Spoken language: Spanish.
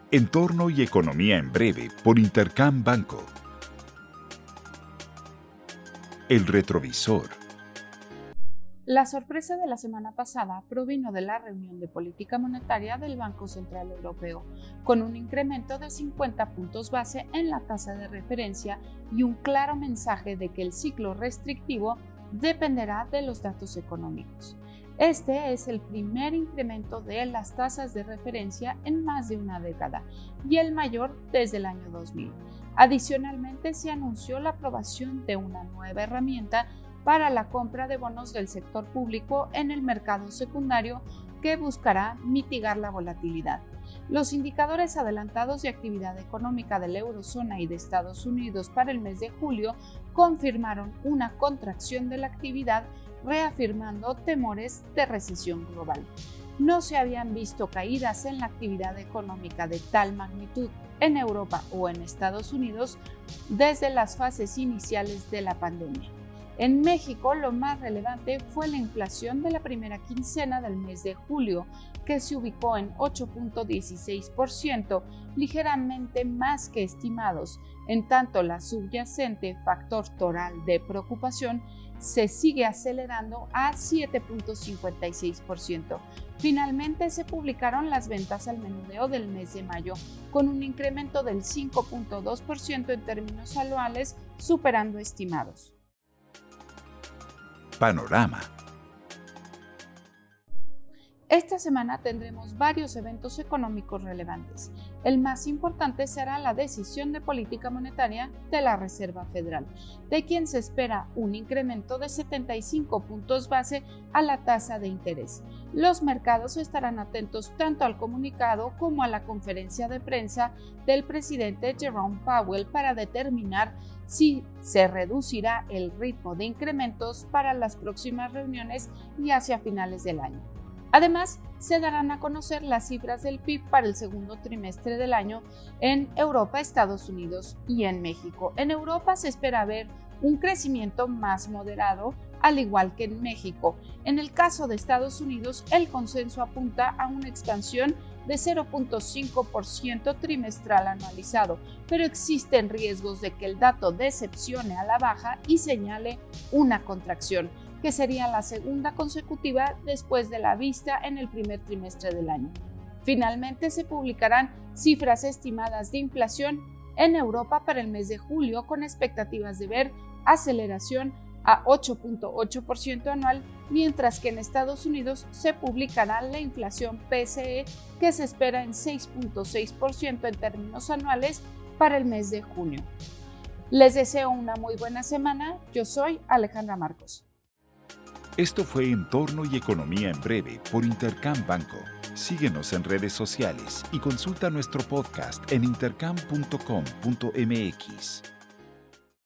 Entorno y economía en breve por Intercam Banco. El retrovisor. La sorpresa de la semana pasada provino de la reunión de política monetaria del Banco Central Europeo, con un incremento de 50 puntos base en la tasa de referencia y un claro mensaje de que el ciclo restrictivo dependerá de los datos económicos. Este es el primer incremento de las tasas de referencia en más de una década y el mayor desde el año 2000. Adicionalmente, se anunció la aprobación de una nueva herramienta para la compra de bonos del sector público en el mercado secundario que buscará mitigar la volatilidad. Los indicadores adelantados de actividad económica de la eurozona y de Estados Unidos para el mes de julio confirmaron una contracción de la actividad, reafirmando temores de recesión global. No se habían visto caídas en la actividad económica de tal magnitud en Europa o en Estados Unidos desde las fases iniciales de la pandemia. En México, lo más relevante fue la inflación de la primera quincena del mes de julio, que se ubicó en 8.16%, ligeramente más que estimados. En tanto, la subyacente, factor toral de preocupación, se sigue acelerando a 7.56%. Finalmente, se publicaron las ventas al menudeo del mes de mayo, con un incremento del 5.2% en términos anuales, superando estimados. Panorama. Esta semana tendremos varios eventos económicos relevantes. El más importante será la decisión de política monetaria de la Reserva Federal, de quien se espera un incremento de 75 puntos base a la tasa de interés. Los mercados estarán atentos tanto al comunicado como a la conferencia de prensa del presidente Jerome Powell para determinar si se reducirá el ritmo de incrementos para las próximas reuniones y hacia finales del año. Además, se darán a conocer las cifras del PIB para el segundo trimestre del año en Europa, Estados Unidos y en México. En Europa se espera ver un crecimiento más moderado, al igual que en México. En el caso de Estados Unidos, el consenso apunta a una expansión de 0.5% trimestral anualizado, pero existen riesgos de que el dato decepcione a la baja y señale una contracción, que sería la segunda consecutiva después de la vista en el primer trimestre del año. Finalmente, se publicarán cifras estimadas de inflación en Europa para el mes de julio, con expectativas de ver aceleración a 8.8% anual, mientras que en Estados Unidos se publicará la inflación PCE, que se espera en 6.6% en términos anuales para el mes de junio. Les deseo una muy buena semana. Yo soy Alejandra Marcos. Esto fue Entorno y Economía en Breve por Intercam Banco. Síguenos en redes sociales y consulta nuestro podcast en intercam.com.mx.